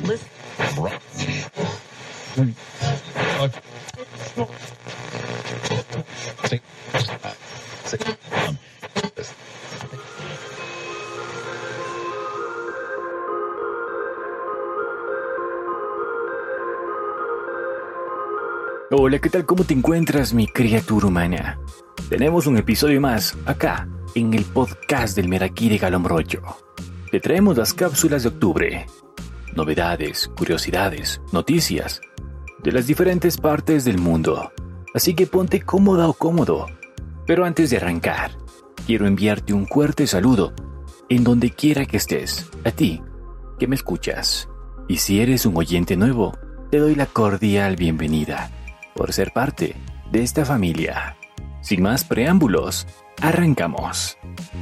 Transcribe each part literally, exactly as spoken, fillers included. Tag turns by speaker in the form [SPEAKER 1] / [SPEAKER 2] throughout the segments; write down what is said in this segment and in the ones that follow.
[SPEAKER 1] Hola, ¿qué tal? ¿Cómo te encuentras, mi criatura humana? Tenemos un episodio más, acá, en el podcast del Meraquí de Galombrollo. Te traemos las cápsulas de octubre. Novedades, curiosidades, noticias, de las diferentes partes del mundo. Así que ponte cómoda o cómodo. Pero antes de arrancar, quiero enviarte un fuerte saludo, en donde quiera que estés, a ti, que me escuchas. Y si eres un oyente nuevo, te doy la cordial bienvenida, por ser parte de esta familia. Sin más preámbulos, arrancamos.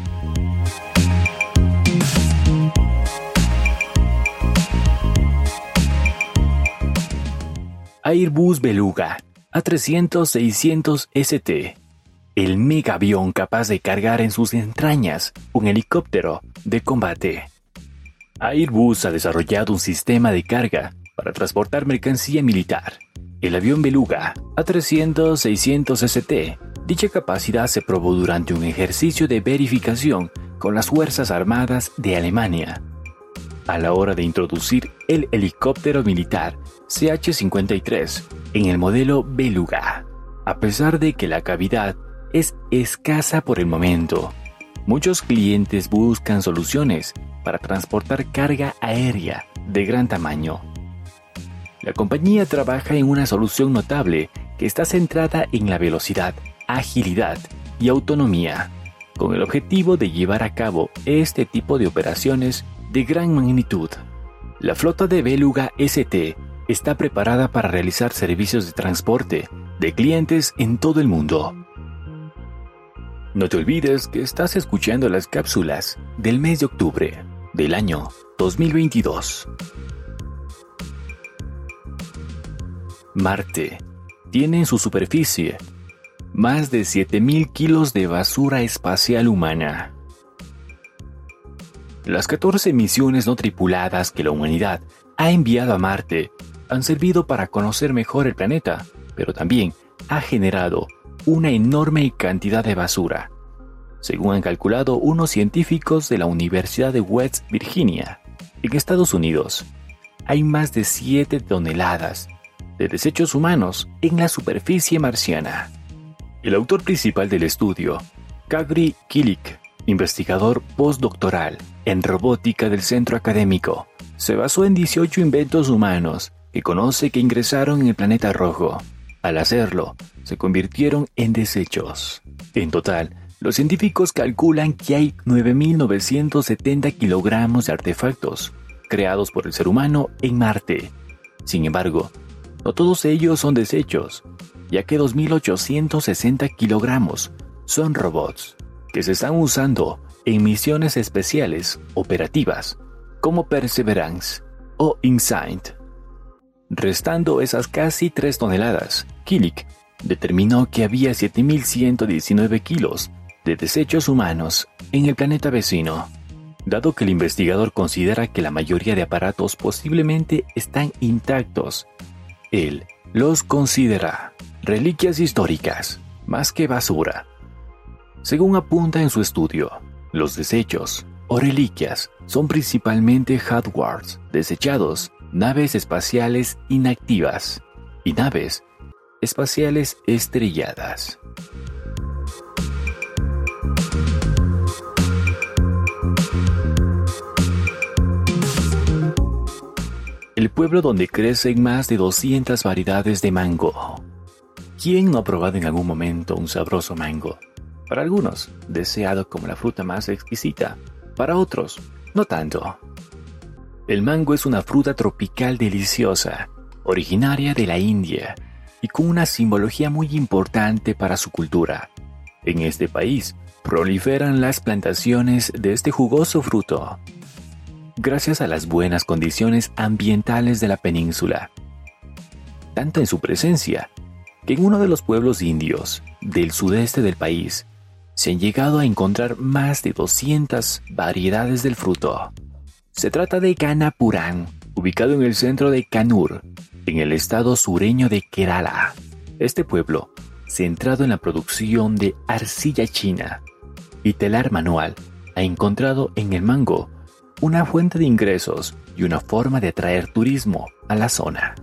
[SPEAKER 1] Airbus Beluga A trescientos seiscientos S T, el mega avión capaz de cargar en sus entrañas un helicóptero de combate. Airbus ha desarrollado un sistema de carga para transportar mercancía militar. El avión Beluga A trescientos seiscientos S T, dicha capacidad se probó durante un ejercicio de verificación con las Fuerzas Armadas de Alemania, a la hora de introducir el helicóptero militar C H cincuenta y tres en el modelo Beluga. A pesar de que la cavidad es escasa por el momento, muchos clientes buscan soluciones para transportar carga aérea de gran tamaño. La compañía trabaja en una solución notable que está centrada en la velocidad, agilidad y autonomía, con el objetivo de llevar a cabo este tipo de operaciones de gran magnitud. La flota de Beluga S T está preparada para realizar servicios de transporte de clientes en todo el mundo. No te olvides que estás escuchando las cápsulas del mes de octubre del año dos mil veintidós. Marte tiene en su superficie más de siete mil kilos de basura espacial humana. Las catorce misiones no tripuladas que la humanidad ha enviado a Marte han servido para conocer mejor el planeta, pero también ha generado una enorme cantidad de basura, según han calculado unos científicos de la Universidad de West Virginia. En Estados Unidos, hay más de siete toneladas de desechos humanos en la superficie marciana. El autor principal del estudio, Kagri Kilik, investigador postdoctoral en robótica del centro académico, se basó en dieciocho inventos humanos que conoce que ingresaron en el planeta rojo. Al hacerlo, se convirtieron en desechos. En total, los científicos calculan que hay nueve mil novecientos setenta kilogramos de artefactos creados por el ser humano en Marte. Sin embargo, no todos ellos son desechos, ya que dos mil ochocientos sesenta kilogramos son robots que se están usando en misiones especiales operativas como Perseverance o InSight. Restando esas casi tres toneladas, Kilik determinó que había siete mil ciento diecinueve kilos de desechos humanos en el planeta vecino. Dado que el investigador considera que la mayoría de aparatos posiblemente están intactos, él los considera reliquias históricas más que basura. Según apunta en su estudio, los desechos o reliquias son principalmente hardware desechados, naves espaciales inactivas y naves espaciales estrelladas. El pueblo donde crecen más de doscientas variedades de mango. ¿Quién no ha probado en algún momento un sabroso mango? Para algunos, deseado como la fruta más exquisita. Para otros, no tanto. El mango es una fruta tropical deliciosa, originaria de la India y con una simbología muy importante para su cultura. En este país, proliferan las plantaciones de este jugoso fruto, gracias a las buenas condiciones ambientales de la península. Tanto en su presencia, que en uno de los pueblos indios del sudeste del país se han llegado a encontrar más de doscientas variedades del fruto. Se trata de Ganapuram, ubicado en el centro de Kannur, en el estado sureño de Kerala. Este pueblo, centrado en la producción de arcilla china y telar manual, ha encontrado en el mango una fuente de ingresos y una forma de atraer turismo a la zona.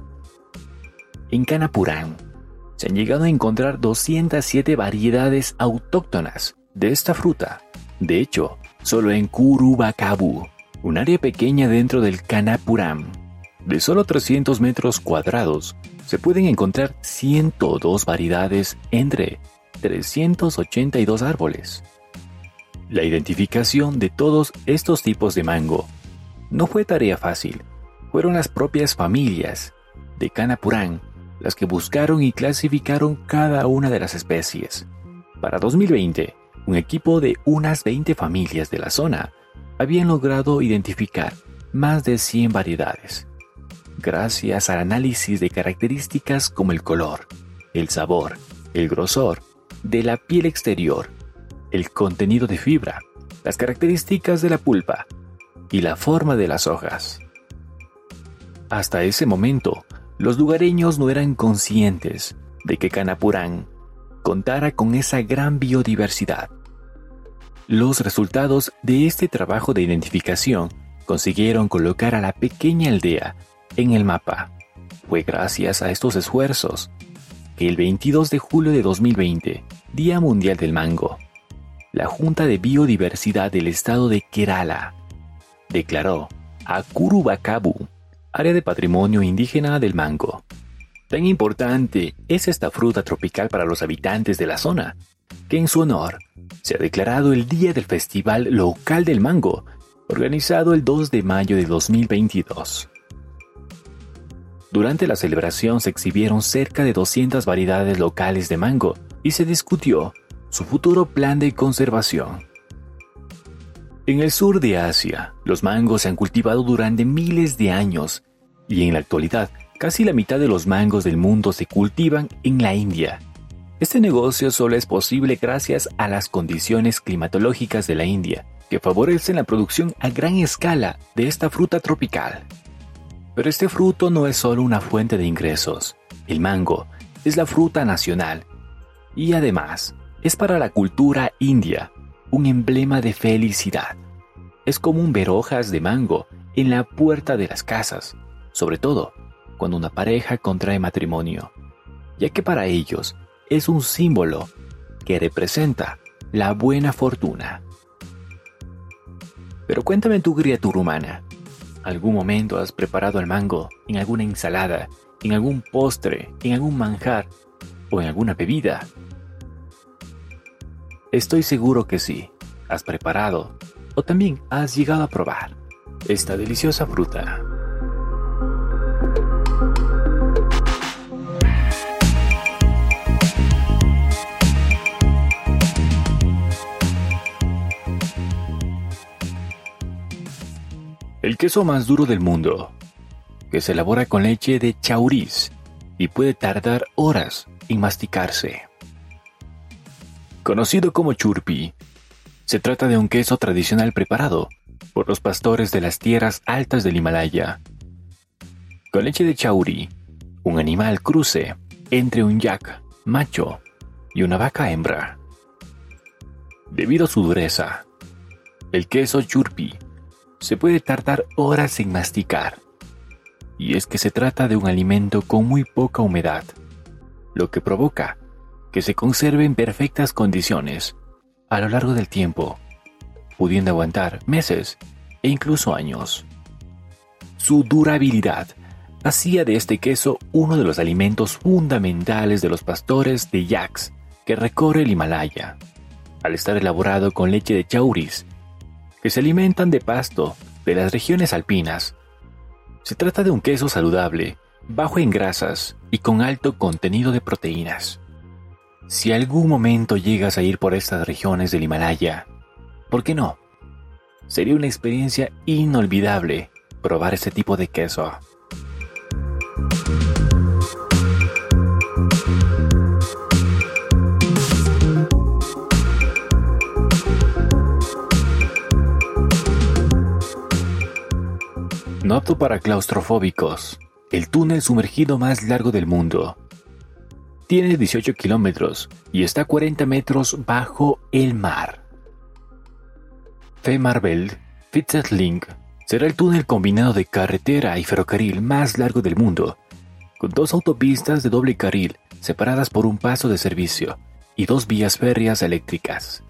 [SPEAKER 1] En Kanapuram se han llegado a encontrar doscientas siete variedades autóctonas de esta fruta. De hecho, solo en Kuruvakabu, un área pequeña dentro del Kanapuram, de solo trescientos metros cuadrados, se pueden encontrar ciento dos variedades entre trescientos ochenta y dos árboles. La identificación de todos estos tipos de mango no fue tarea fácil. Fueron las propias familias de Kanapuram las que buscaron y clasificaron cada una de las especies. Para dos mil veinte, un equipo de unas veinte familias de la zona habían logrado identificar más de cien variedades, gracias al análisis de características como el color, el sabor, el grosor de la piel exterior, el contenido de fibra, las características de la pulpa y la forma de las hojas. Hasta ese momento, los lugareños no eran conscientes de que Kanapuram contara con esa gran biodiversidad. Los resultados de este trabajo de identificación consiguieron colocar a la pequeña aldea en el mapa. Fue gracias a estos esfuerzos que el veintidós de julio de dos mil veinte, Día Mundial del Mango, la Junta de Biodiversidad del estado de Kerala declaró a Kuruvakabu área de patrimonio indígena del mango. Tan importante es esta fruta tropical para los habitantes de la zona, que en su honor se ha declarado el Día del Festival Local del Mango, organizado el dos de mayo de dos mil veintidós. Durante la celebración se exhibieron cerca de doscientas variedades locales de mango y se discutió su futuro plan de conservación. En el sur de Asia, los mangos se han cultivado durante miles de años y en la actualidad casi la mitad de los mangos del mundo se cultivan en la India. Este negocio solo es posible gracias a las condiciones climatológicas de la India, que favorecen la producción a gran escala de esta fruta tropical. Pero este fruto no es solo una fuente de ingresos. El mango es la fruta nacional y además es para la cultura india un emblema de felicidad. Es común ver hojas de mango en la puerta de las casas, sobre todo cuando una pareja contrae matrimonio, ya que para ellos es un símbolo que representa la buena fortuna. Pero cuéntame tu criatura humana, ¿algún momento has preparado el mango en alguna ensalada, en algún postre, en algún manjar o en alguna bebida? Estoy seguro que sí, has preparado o también has llegado a probar esta deliciosa fruta. El queso más duro del mundo, que se elabora con leche de chauriz y puede tardar horas en masticarse. Conocido como churpi, se trata de un queso tradicional preparado por los pastores de las tierras altas del Himalaya, con leche de chauri, un animal cruce entre un yak macho y una vaca hembra. Debido a su dureza, el queso churpi se puede tardar horas en masticar, y es que se trata de un alimento con muy poca humedad, lo que provoca que se conserve en perfectas condiciones a lo largo del tiempo, pudiendo aguantar meses e incluso años. Su durabilidad hacía de este queso uno de los alimentos fundamentales de los pastores de yaks que recorre el Himalaya, al estar elaborado con leche de chauriz, que se alimentan de pasto de las regiones alpinas. Se trata de un queso saludable, bajo en grasas y con alto contenido de proteínas. Si algún momento llegas a ir por estas regiones del Himalaya, ¿por qué no? Sería una experiencia inolvidable probar este tipo de queso. No apto para claustrofóbicos. El túnel sumergido más largo del mundo. Tiene dieciocho kilómetros y está a cuarenta metros bajo el mar. Fehmarnbelt Fixed Link será el túnel combinado de carretera y ferrocarril más largo del mundo, con dos autopistas de doble carril separadas por un paso de servicio y dos vías férreas eléctricas.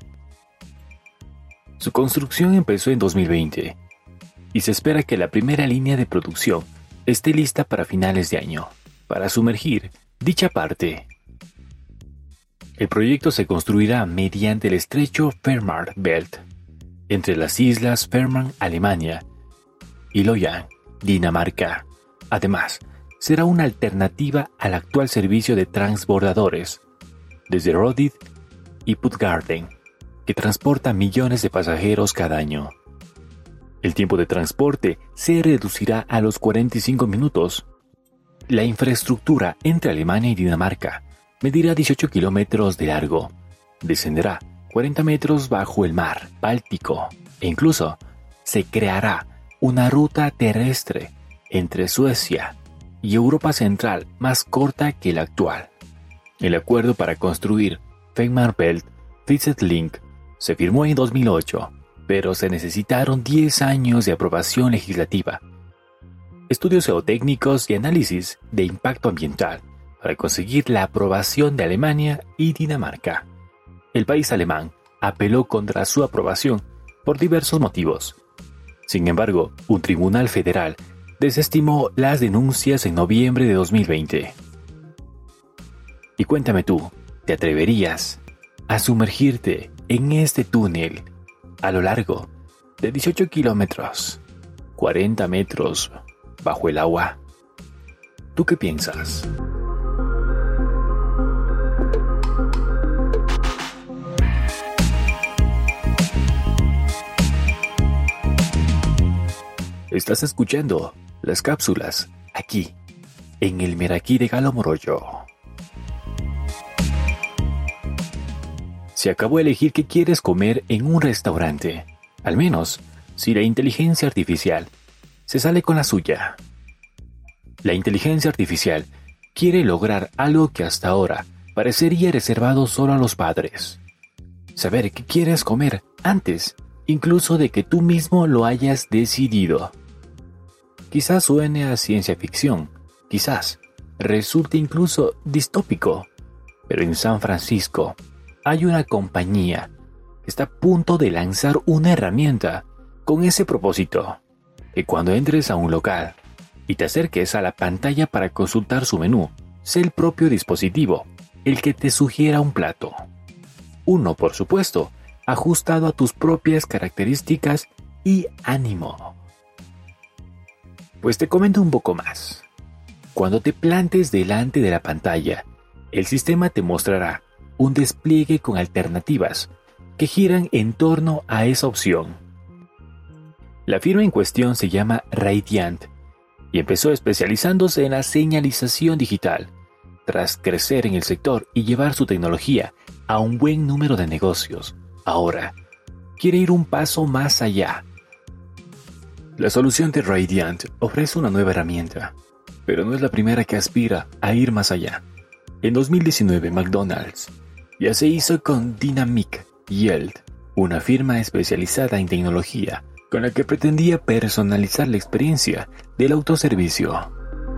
[SPEAKER 1] Su construcción empezó en dos mil veinte y se espera que la primera línea de producción esté lista para finales de año, para sumergir dicha parte. El proyecto se construirá mediante el estrecho Fehmarnbelt, entre las islas Fehmarn, Alemania, y Loyang, Dinamarca. Además, será una alternativa al actual servicio de transbordadores, desde Roddit y Puttgarden, que transporta millones de pasajeros cada año. El tiempo de transporte se reducirá a los cuarenta y cinco minutos. La infraestructura entre Alemania y Dinamarca medirá dieciocho kilómetros de largo, descenderá cuarenta metros bajo el mar Báltico e incluso se creará una ruta terrestre entre Suecia y Europa Central más corta que la actual. El acuerdo para construir Fehmarnbelt Fixed Link se firmó en dos mil ocho, pero se necesitaron diez años de aprobación legislativa, estudios geotécnicos y análisis de impacto ambiental para conseguir la aprobación de Alemania y Dinamarca. El país alemán apeló contra su aprobación por diversos motivos. Sin embargo, un tribunal federal desestimó las denuncias en noviembre de dos mil veinte. Y cuéntame tú, ¿te atreverías a sumergirte en este túnel a lo largo de dieciocho kilómetros, cuarenta metros bajo el agua? ¿Tú qué piensas? Estás escuchando las cápsulas aquí, en el Meraquí de Galo Moroyo. Se acabó de elegir qué quieres comer en un restaurante, al menos si la inteligencia artificial se sale con la suya. La inteligencia artificial quiere lograr algo que hasta ahora parecería reservado solo a los padres. Saber qué quieres comer antes, incluso de que tú mismo lo hayas decidido. Quizás suene a ciencia ficción, quizás resulte incluso distópico, pero en San Francisco hay una compañía que está a punto de lanzar una herramienta con ese propósito, que cuando entres a un local y te acerques a la pantalla para consultar su menú, sea el propio dispositivo el que te sugiera un plato. Uno, por supuesto, ajustado a tus propias características y ánimo. Pues te comento un poco más. Cuando te plantes delante de la pantalla, el sistema te mostrará un despliegue con alternativas que giran en torno a esa opción. La firma en cuestión se llama Radiant y empezó especializándose en la señalización digital, tras crecer en el sector y llevar su tecnología a un buen número de negocios. Ahora quiere ir un paso más allá. La solución de Radiant ofrece una nueva herramienta, pero no es la primera que aspira a ir más allá. En dos mil diecinueve, McDonald's ya se hizo con Dynamic Yield, una firma especializada en tecnología con la que pretendía personalizar la experiencia del autoservicio.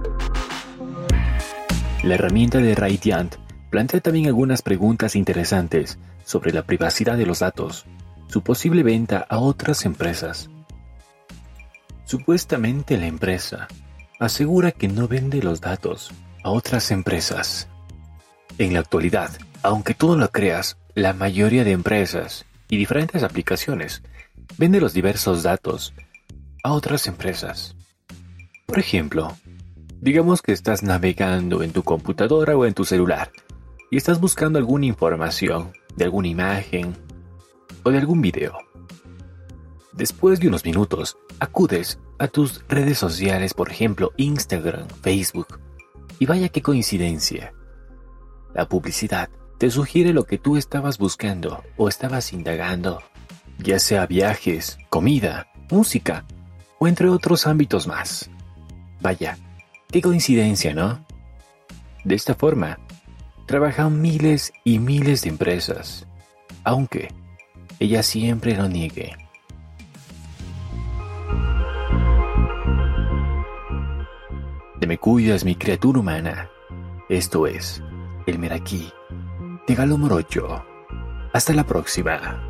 [SPEAKER 1] La herramienta de Radiant plantea también algunas preguntas interesantes sobre la privacidad de los datos, su posible venta a otras empresas. Supuestamente la empresa asegura que no vende los datos a otras empresas. En la actualidad, aunque tú no lo creas, la mayoría de empresas y diferentes aplicaciones venden los diversos datos a otras empresas. Por ejemplo, digamos que estás navegando en tu computadora o en tu celular y estás buscando alguna información de alguna imagen o de algún video. Después de unos minutos, acudes a tus redes sociales, por ejemplo, Instagram, Facebook, y vaya qué coincidencia. La publicidad te sugiere lo que tú estabas buscando o estabas indagando, ya sea viajes, comida, música o entre otros ámbitos más. Vaya, qué coincidencia, ¿no? De esta forma, trabajan miles y miles de empresas, aunque ella siempre lo niegue. Te me cuidas, mi criatura humana. Esto es El Meraquí de Galo Morocho. Hasta la próxima.